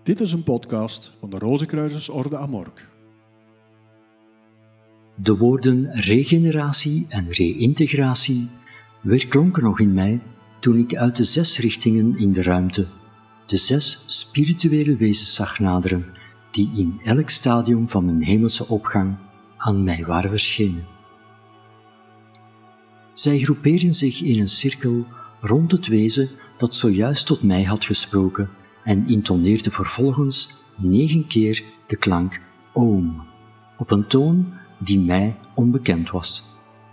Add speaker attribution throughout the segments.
Speaker 1: Dit is een podcast van de Rozenkruisersorde Amork.
Speaker 2: De woorden regeneratie en reïntegratie weerklonken nog in mij toen ik uit de 6 richtingen in de ruimte de 6 spirituele wezens zag naderen die in elk stadium van mijn hemelse opgang aan mij waren verschenen. Zij groepeerden zich in een cirkel rond het wezen dat zojuist tot mij had gesproken en intoneerden vervolgens 9 keer de klank Om, op een toon die mij onbekend was.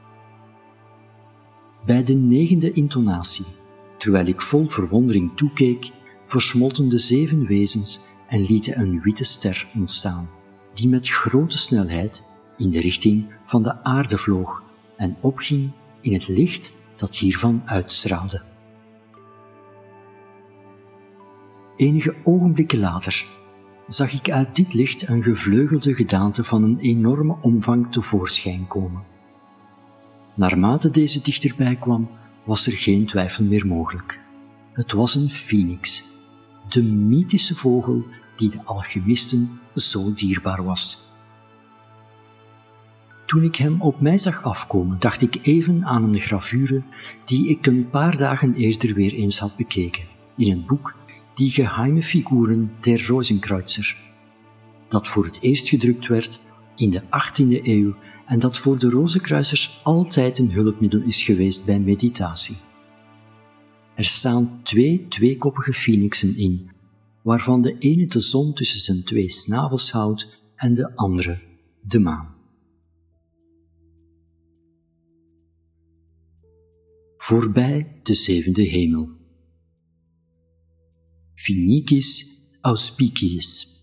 Speaker 2: Bij de 9e intonatie, terwijl ik vol verwondering toekeek, versmolten de 7 wezens en lieten een witte ster ontstaan, die met grote snelheid in de richting van de aarde vloog en opging in het licht dat hiervan uitstraalde. Enige ogenblikken later zag ik uit dit licht een gevleugelde gedaante van een enorme omvang tevoorschijn komen. Naarmate deze dichterbij kwam, was er geen twijfel meer mogelijk. Het was een phoenix, de mythische vogel die de alchemisten zo dierbaar was. Toen ik hem op mij zag afkomen, dacht ik even aan een gravure die ik een paar dagen eerder weer eens had bekeken, in een boek Die geheime figuren der Rozenkreuzer, dat voor het eerst gedrukt werd in de 18e eeuw en dat voor de Rozenkruisers altijd een hulpmiddel is geweest bij meditatie. Er staan 2 tweekoppige phoenixen in, waarvan de ene de zon tussen zijn 2 snavels houdt en de andere de maan. Voorbij de 7e hemel. Phoenicis auspiciis.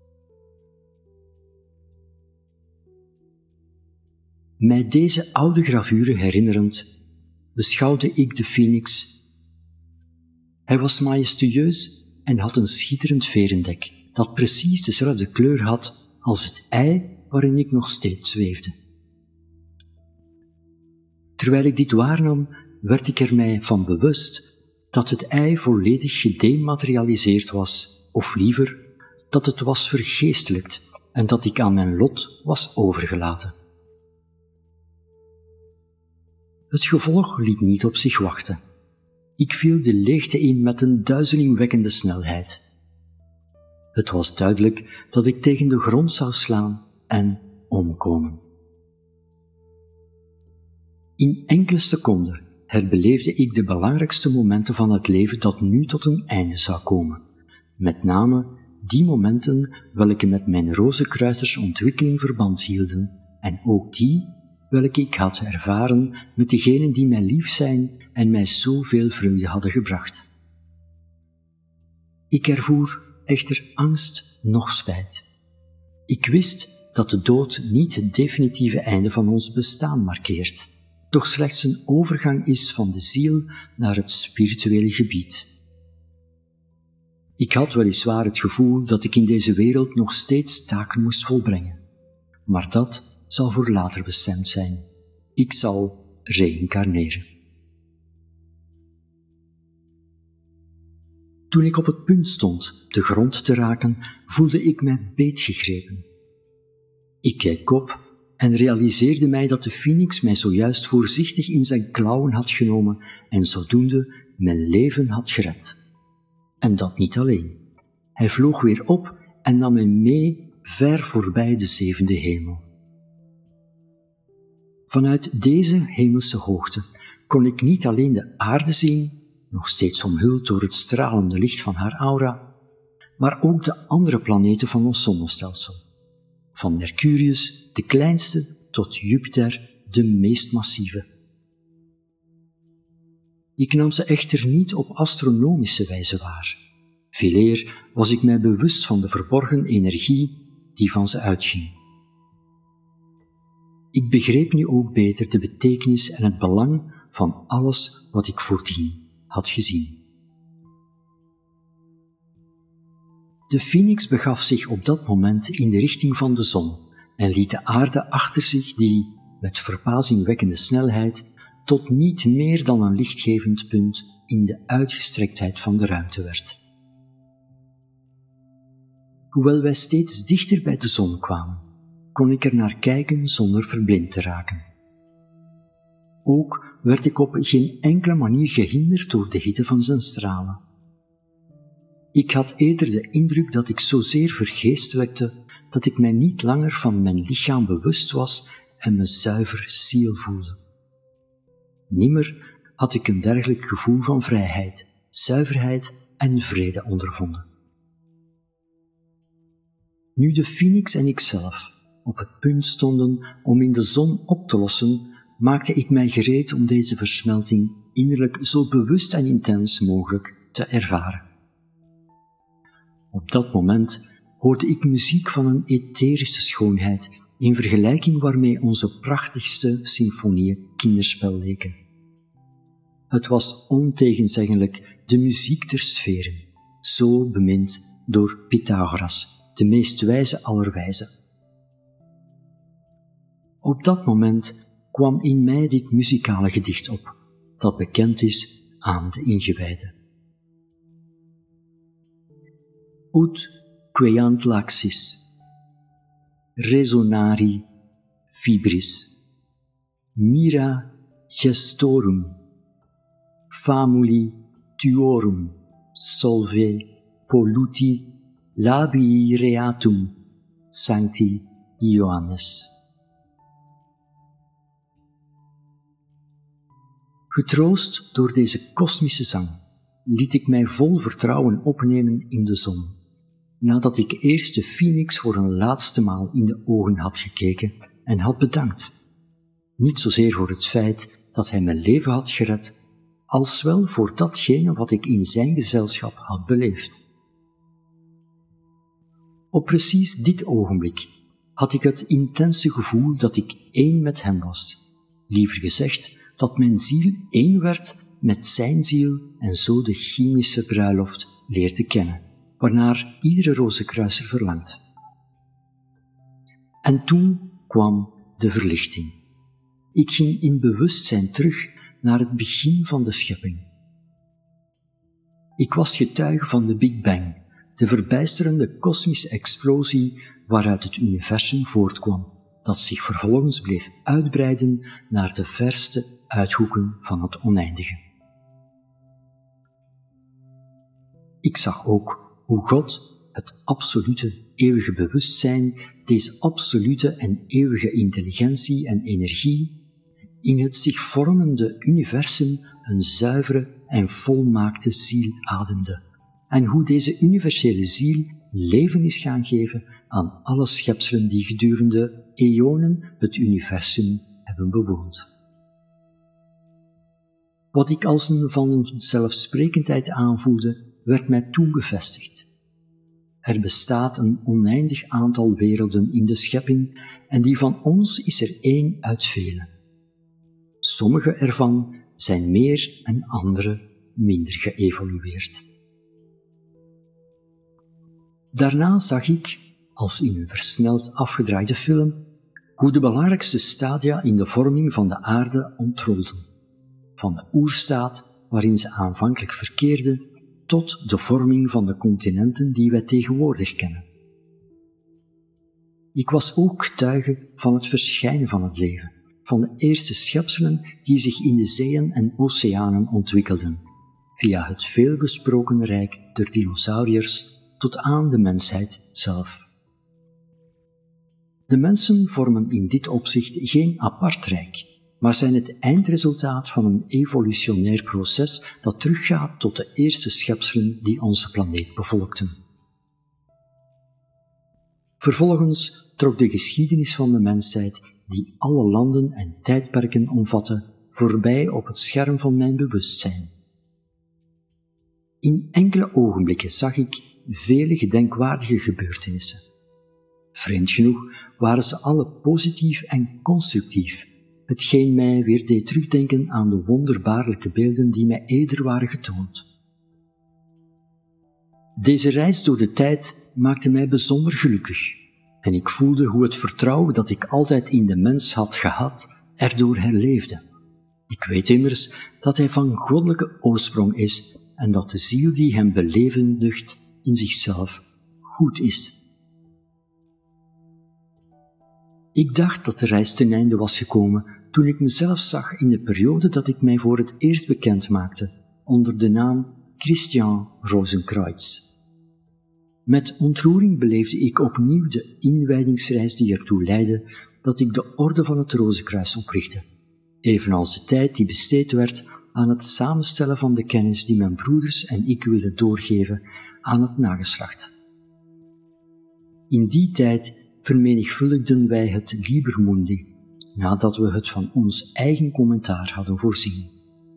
Speaker 2: Mij deze oude gravure herinnerend, beschouwde ik de phoenix. Hij was majestueus en had een schitterend verendek, dat precies dezelfde kleur had als het ei waarin ik nog steeds zweefde. Terwijl ik dit waarnam, werd ik er mij van bewust dat het ei volledig gedematerialiseerd was, of liever, dat het was vergeestelijkt en dat ik aan mijn lot was overgelaten. Het gevolg liet niet op zich wachten. Ik viel de leegte in met een duizelingwekkende snelheid. Het was duidelijk dat ik tegen de grond zou slaan en omkomen. In enkele seconden herbeleefde ik de belangrijkste momenten van het leven dat nu tot een einde zou komen. Met name die momenten welke met mijn Rozenkruisersontwikkeling verband hielden en ook die welke ik had ervaren met degenen die mij lief zijn en mij zoveel vreugde hadden gebracht. Ik ervoer echter angst noch spijt. Ik wist dat de dood niet het definitieve einde van ons bestaan markeert, doch slechts een overgang is van de ziel naar het spirituele gebied. Ik had weliswaar het gevoel dat ik in deze wereld nog steeds taken moest volbrengen, maar dat zal voor later bestemd zijn. Ik zal reïncarneren. Toen ik op het punt stond de grond te raken, voelde ik mij beetgegrepen. Ik keek op en realiseerde mij dat de phoenix mij zojuist voorzichtig in zijn klauwen had genomen en zodoende mijn leven had gered. En dat niet alleen. Hij vloog weer op en nam mij mee ver voorbij de 7e hemel. Vanuit deze hemelse hoogte kon ik niet alleen de aarde zien, nog steeds omhuld door het stralende licht van haar aura, maar ook de andere planeten van ons zonnestelsel. Van Mercurius, de kleinste, tot Jupiter, de meest massieve. Ik nam ze echter niet op astronomische wijze waar. Veeleer was ik mij bewust van de verborgen energie die van ze uitging. Ik begreep nu ook beter de betekenis en het belang van alles wat ik voordien had gezien. De phoenix begaf zich op dat moment in de richting van de zon en liet de aarde achter zich die, met verbazingwekkende snelheid, tot niet meer dan een lichtgevend punt in de uitgestrektheid van de ruimte werd. Hoewel wij steeds dichter bij de zon kwamen, kon ik er naar kijken zonder verblind te raken. Ook werd ik op geen enkele manier gehinderd door de hitte van zijn stralen. Ik had eerder de indruk dat ik zozeer vergeestelijkte dat ik mij niet langer van mijn lichaam bewust was en me zuiver ziel voelde. Nimmer had ik een dergelijk gevoel van vrijheid, zuiverheid en vrede ondervonden. Nu de Phoenix en ikzelf op het punt stonden om in de zon op te lossen, maakte ik mij gereed om deze versmelting innerlijk zo bewust en intens mogelijk te ervaren. Op dat moment hoorde ik muziek van een etherische schoonheid in vergelijking waarmee onze prachtigste symfonieën kinderspel leken. Het was ontegenzeggelijk de muziek der sferen, zo bemind door Pythagoras, de meest wijze aller wijzen. Op dat moment kwam in mij dit muzikale gedicht op, dat bekend is aan de ingewijden. Ut queant laxis, resonari fibris, mira gestorum, famuli tuorum, solve polluti labii reatum, sancti Ioannes. Getroost door deze kosmische zang, liet ik mij vol vertrouwen opnemen in de zon, nadat ik eerst de Phoenix voor een laatste maal in de ogen had gekeken en had bedankt. Niet zozeer voor het feit dat hij mijn leven had gered, als wel voor datgene wat ik in zijn gezelschap had beleefd. Op precies dit ogenblik had ik het intense gevoel dat ik één met hem was, liever gezegd dat mijn ziel één werd met zijn ziel en zo de chemische bruiloft leerde kennen, waarnaar iedere rozenkruiser verlangt. En toen kwam de verlichting. Ik ging in bewustzijn terug naar het begin van de schepping. Ik was getuige van de Big Bang, de verbijsterende kosmische explosie waaruit het universum voortkwam, dat zich vervolgens bleef uitbreiden naar de verste uithoeken van het oneindige. Ik zag ook hoe God, het absolute eeuwige bewustzijn, deze absolute en eeuwige intelligentie en energie, in het zich vormende universum een zuivere en volmaakte ziel ademde, en hoe deze universele ziel leven is gaan geven aan alle schepselen die gedurende eonen het universum hebben bewoond. Wat ik als een vanzelfsprekendheid aanvoelde, werd mij toen bevestigd. Er bestaat een oneindig aantal werelden in de schepping en die van ons is er één uit vele. Sommige ervan zijn meer en andere minder geëvolueerd. Daarna zag ik, als in een versneld afgedraaide film, hoe de belangrijkste stadia in de vorming van de aarde ontrolden, van de oerstaat waarin ze aanvankelijk verkeerde, tot de vorming van de continenten die wij tegenwoordig kennen. Ik was ook getuige van het verschijnen van het leven, van de eerste schepselen die zich in de zeeën en oceanen ontwikkelden, via het veelbesproken rijk der dinosauriërs tot aan de mensheid zelf. De mensen vormen in dit opzicht geen apart rijk, maar zijn het eindresultaat van een evolutionair proces dat teruggaat tot de eerste schepselen die onze planeet bevolkten. Vervolgens trok de geschiedenis van de mensheid, die alle landen en tijdperken omvatte, voorbij op het scherm van mijn bewustzijn. In enkele ogenblikken zag ik vele gedenkwaardige gebeurtenissen. Vreemd genoeg waren ze alle positief en constructief, hetgeen mij weer deed terugdenken aan de wonderbaarlijke beelden die mij eerder waren getoond. Deze reis door de tijd maakte mij bijzonder gelukkig, en ik voelde hoe het vertrouwen dat ik altijd in de mens had gehad, erdoor herleefde. Ik weet immers dat hij van goddelijke oorsprong is en dat de ziel die hem belevendigt in zichzelf goed is. Ik dacht dat de reis ten einde was gekomen toen ik mezelf zag in de periode dat ik mij voor het eerst bekend maakte, onder de naam Christian Rozenkreutz. Met ontroering beleefde ik opnieuw de inwijdingsreis die ertoe leidde dat ik de Orde van het Rozenkruis oprichtte, evenals de tijd die besteed werd aan het samenstellen van de kennis die mijn broeders en ik wilden doorgeven aan het nageslacht. In die tijd vermenigvuldigden wij het Liber Mundi, nadat we het van ons eigen commentaar hadden voorzien.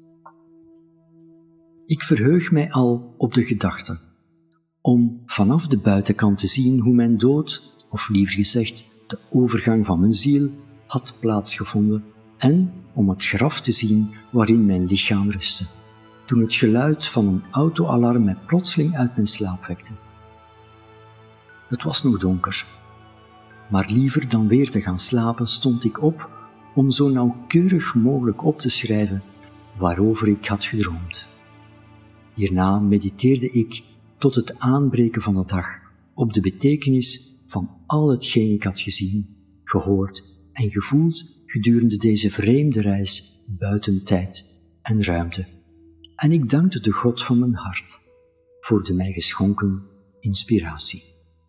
Speaker 2: Ik verheug mij al op de gedachte om vanaf de buitenkant te zien hoe mijn dood, of liever gezegd de overgang van mijn ziel, had plaatsgevonden en om het graf te zien waarin mijn lichaam rustte, toen het geluid van een autoalarm mij plotseling uit mijn slaap wekte. Het was nog donker, maar liever dan weer te gaan slapen stond ik op om zo nauwkeurig mogelijk op te schrijven waarover ik had gedroomd. Hierna mediteerde ik tot het aanbreken van de dag op de betekenis van al hetgeen ik had gezien, gehoord en gevoeld gedurende deze vreemde reis buiten tijd en ruimte. En ik dankte de God van mijn hart voor de mij geschonken inspiratie.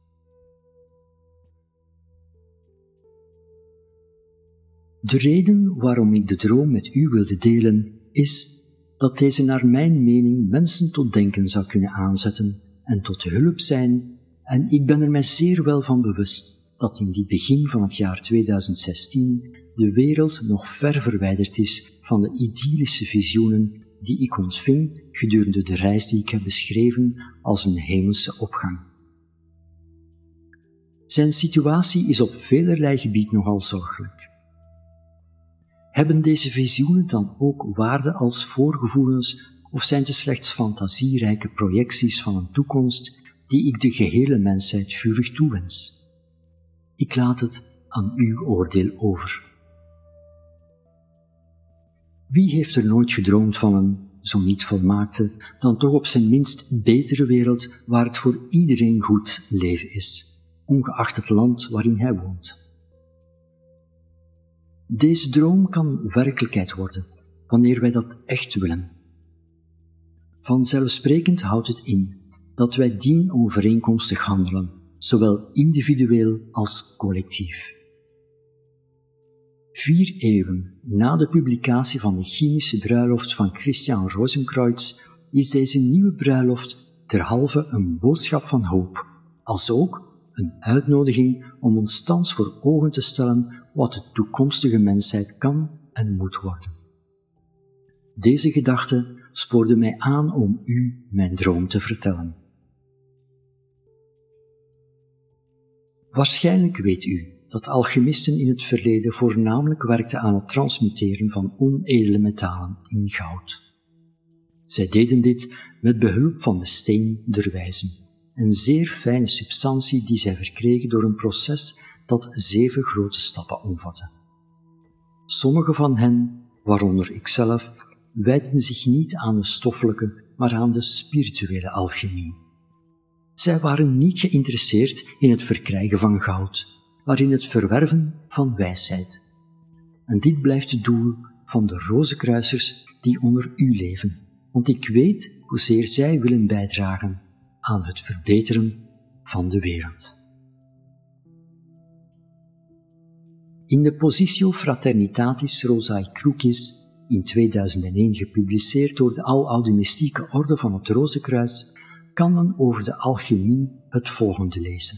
Speaker 2: De reden waarom ik de droom met u wilde delen is dat deze naar mijn mening mensen tot denken zou kunnen aanzetten en tot hulp zijn, en ik ben er mij zeer wel van bewust dat in dit begin van het jaar 2016 de wereld nog ver verwijderd is van de idyllische visioenen die ik ontving gedurende de reis die ik heb beschreven als een hemelse opgang. Zijn situatie is op velerlei gebied nogal zorgelijk. Hebben deze visioenen dan ook waarde als voorgevoelens of zijn ze slechts fantasierijke projecties van een toekomst die ik de gehele mensheid vurig toewens? Ik laat het aan uw oordeel over. Wie heeft er nooit gedroomd van een, zo niet volmaakte, dan toch op zijn minst betere wereld waar het voor iedereen goed leven is, ongeacht het land waarin hij woont? Deze droom kan werkelijkheid worden, wanneer wij dat echt willen. Vanzelfsprekend houdt het in dat wij dienovereenkomstig handelen, zowel individueel als collectief. 4 eeuwen na de publicatie van de chemische bruiloft van Christian Rozenkreutz is deze nieuwe bruiloft derhalve een boodschap van hoop, alsook een uitnodiging om ons thans voor ogen te stellen wat de toekomstige mensheid kan en moet worden. Deze gedachte spoorde mij aan om u mijn droom te vertellen. Waarschijnlijk weet u dat alchemisten in het verleden voornamelijk werkten aan het transmuteren van onedele metalen in goud. Zij deden dit met behulp van de steen der wijzen, een zeer fijne substantie die zij verkregen door een proces dat 7 grote stappen omvatte. Sommige van hen, waaronder ikzelf, wijden zich niet aan de stoffelijke, maar aan de spirituele alchemie. Zij waren niet geïnteresseerd in het verkrijgen van goud, maar in het verwerven van wijsheid. En dit blijft het doel van de Rozenkruisers die onder u leven, want ik weet hoezeer zij willen bijdragen aan het verbeteren van de wereld. In de Positio Fraternitatis Rosae Crucis, in 2001 gepubliceerd door de aloude mystieke orde van het Rozenkruis, kan men over de alchemie het volgende lezen.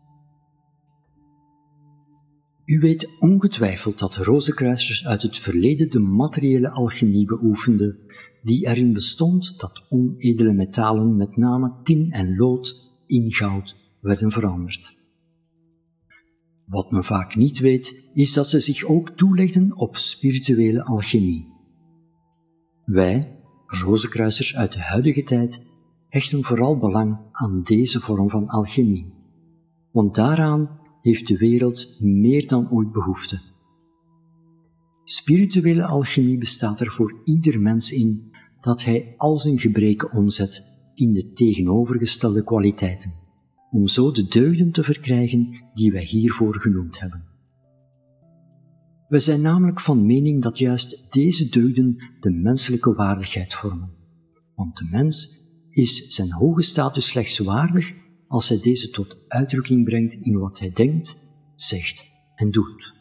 Speaker 2: U weet ongetwijfeld dat de Rozenkruisers uit het verleden de materiële alchemie beoefenden, die erin bestond dat onedele metalen, met name tin en lood, in goud werden veranderd. Wat men vaak niet weet, is dat ze zich ook toelegden op spirituele alchemie. Wij, Rozenkruisers uit de huidige tijd, hechten vooral belang aan deze vorm van alchemie, want daaraan heeft de wereld meer dan ooit behoefte. Spirituele alchemie bestaat er voor ieder mens in dat hij al zijn gebreken omzet in de tegenovergestelde kwaliteiten, om zo de deugden te verkrijgen die wij hiervoor genoemd hebben. Wij zijn namelijk van mening dat juist deze deugden de menselijke waardigheid vormen, want de mens is zijn hoge status slechts waardig als hij deze tot uitdrukking brengt in wat hij denkt, zegt en doet.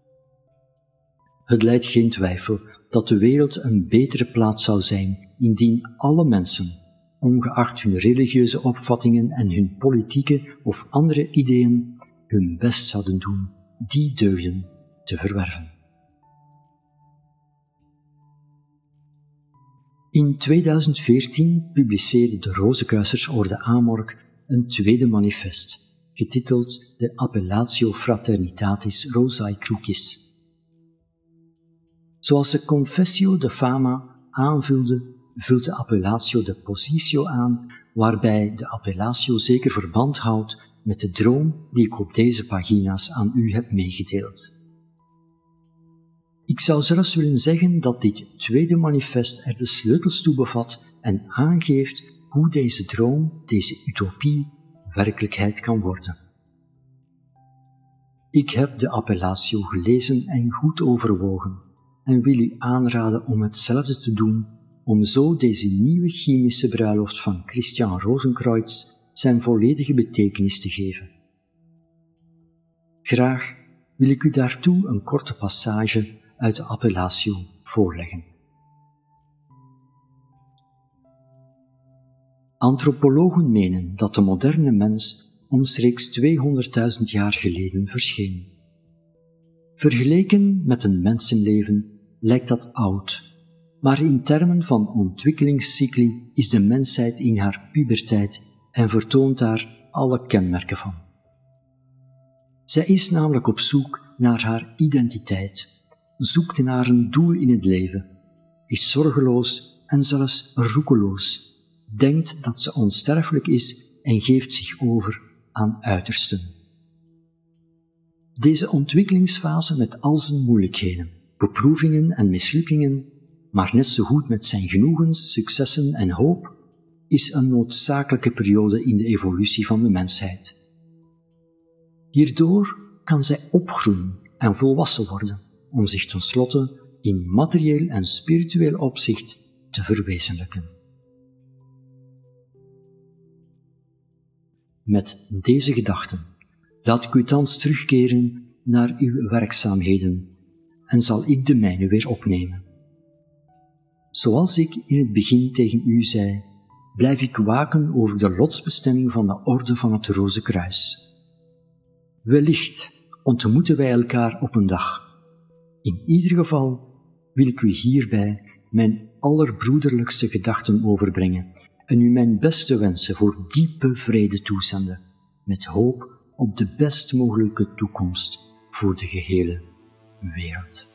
Speaker 2: Het lijdt geen twijfel dat de wereld een betere plaats zou zijn indien alle mensen, ongeacht hun religieuze opvattingen en hun politieke of andere ideeën, hun best zouden doen die deugden te verwerven. In 2014 publiceerde de Rozenkruisersorde Amorg een tweede manifest, getiteld de Appellatio Fraternitatis Rosae Crucis. Zoals de Confessio de Fama aanvulde, vult de Appellatio de Positio aan, waarbij de Appellatio zeker verband houdt met de droom die ik op deze pagina's aan u heb meegedeeld. Ik zou zelfs willen zeggen dat dit tweede manifest er de sleutels toe bevat en aangeeft hoe deze droom, deze utopie, werkelijkheid kan worden. Ik heb de Appellatio gelezen en goed overwogen en wil u aanraden om hetzelfde te doen, om zo deze nieuwe chemische bruiloft van Christian Rozenkreutz zijn volledige betekenis te geven. Graag wil ik u daartoe een korte passage uit de Appellatio voorleggen. Antropologen menen dat de moderne mens omstreeks 200.000 jaar geleden verscheen. Vergeleken met een mensenleven lijkt dat oud, maar in termen van ontwikkelingscycli is de mensheid in haar puberteit en vertoont daar alle kenmerken van. Zij is namelijk op zoek naar haar identiteit, zoekt naar een doel in het leven, is zorgeloos en zelfs roekeloos, denkt dat ze onsterfelijk is en geeft zich over aan uitersten. Deze ontwikkelingsfase met al zijn moeilijkheden, beproevingen en mislukkingen, maar net zo goed met zijn genoegens, successen en hoop, is een noodzakelijke periode in de evolutie van de mensheid. Hierdoor kan zij opgroeien en volwassen worden, om zich tenslotte in materieel en spiritueel opzicht te verwezenlijken. Met deze gedachten laat ik u thans terugkeren naar uw werkzaamheden en zal ik de mijne weer opnemen. Zoals ik in het begin tegen u zei, blijf ik waken over de lotsbestemming van de Orde van het Rozenkruis. Wellicht ontmoeten wij elkaar op een dag. In ieder geval wil ik u hierbij mijn allerbroederlijkste gedachten overbrengen en u mijn beste wensen voor diepe vrede toezenden, met hoop op de best mogelijke toekomst voor de gehele wereld.